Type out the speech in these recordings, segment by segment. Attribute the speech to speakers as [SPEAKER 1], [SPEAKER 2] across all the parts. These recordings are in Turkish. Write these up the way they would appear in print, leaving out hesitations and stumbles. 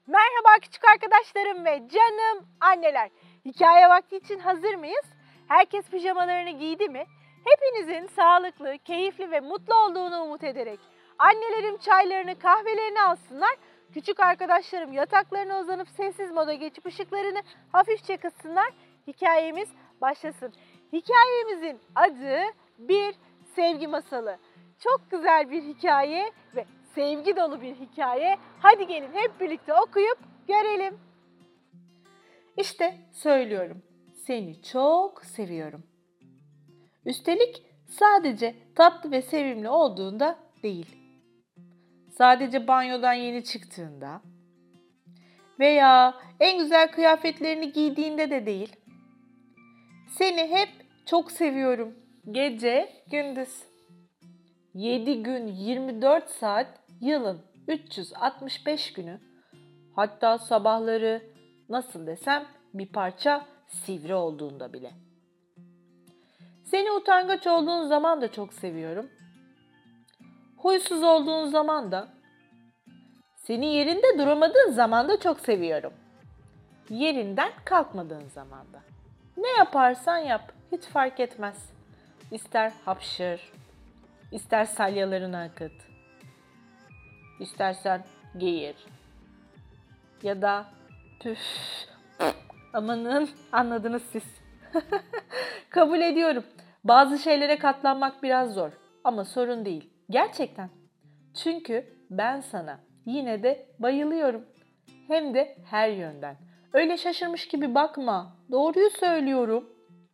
[SPEAKER 1] Merhaba küçük arkadaşlarım ve canım anneler. Hikaye vakti için hazır mıyız? Herkes pijamalarını giydi mi? Hepinizin sağlıklı, keyifli ve mutlu olduğunu umut ederek annelerim çaylarını, kahvelerini alsınlar. Küçük arkadaşlarım yataklarına uzanıp sessiz moda geçip ışıklarını hafifçe kıssınlar. Hikayemiz başlasın. Hikayemizin adı Bir Sevgi Masalı. Çok güzel bir hikaye ve sevgi dolu bir hikaye. Hadi gelin hep birlikte okuyup görelim.
[SPEAKER 2] İşte söylüyorum. Seni çok seviyorum. Üstelik sadece tatlı ve sevimli olduğunda değil. Sadece banyodan yeni çıktığında veya en güzel kıyafetlerini giydiğinde de değil. Seni hep çok seviyorum. Gece, gündüz. 7 gün 24 saat yılın 365 günü, hatta sabahları nasıl desem bir parça sivri olduğunda bile. Seni utangaç olduğun zaman da çok seviyorum. Huysuz olduğun zaman da, seni yerinde duramadığın zaman da çok seviyorum. Yerinden kalkmadığın zaman da. Ne yaparsan yap, hiç fark etmez. İster hapşır, İster salyalarını akıt, istersen geğir ya da püf, amanın anladınız siz. Kabul ediyorum. Bazı şeylere katlanmak biraz zor ama sorun değil. Gerçekten. Çünkü ben sana yine de bayılıyorum. Hem de her yönden. Öyle şaşırmış gibi bakma. Doğruyu söylüyorum.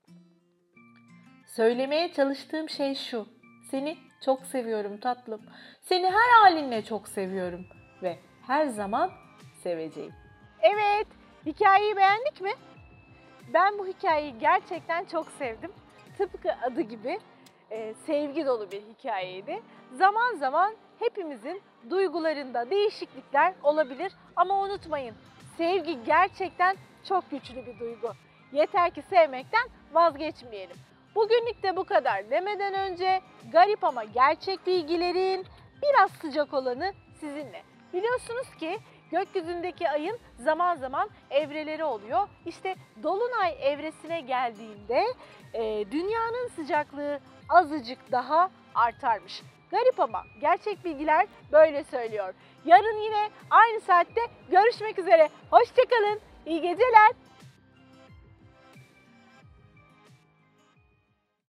[SPEAKER 2] Söylemeye çalıştığım şey şu. Seni çok seviyorum tatlım. Seni her halinle çok seviyorum ve her zaman seveceğim.
[SPEAKER 1] Evet, hikayeyi beğendik mi? Ben bu hikayeyi gerçekten çok sevdim. Tıpkı adı gibi sevgi dolu bir hikayeydi. Zaman zaman hepimizin duygularında değişiklikler olabilir ama unutmayın, sevgi gerçekten çok güçlü bir duygu. Yeter ki sevmekten vazgeçmeyelim. Bugünlük de bu kadar demeden önce garip ama gerçek bilgilerin biraz sıcak olanı sizinle. Biliyorsunuz ki gökyüzündeki ayın zaman zaman evreleri oluyor. İşte dolunay evresine geldiğinde dünyanın sıcaklığı azıcık daha artarmış. Garip ama gerçek bilgiler böyle söylüyor. Yarın yine aynı saatte görüşmek üzere. Hoşça kalın. İyi geceler.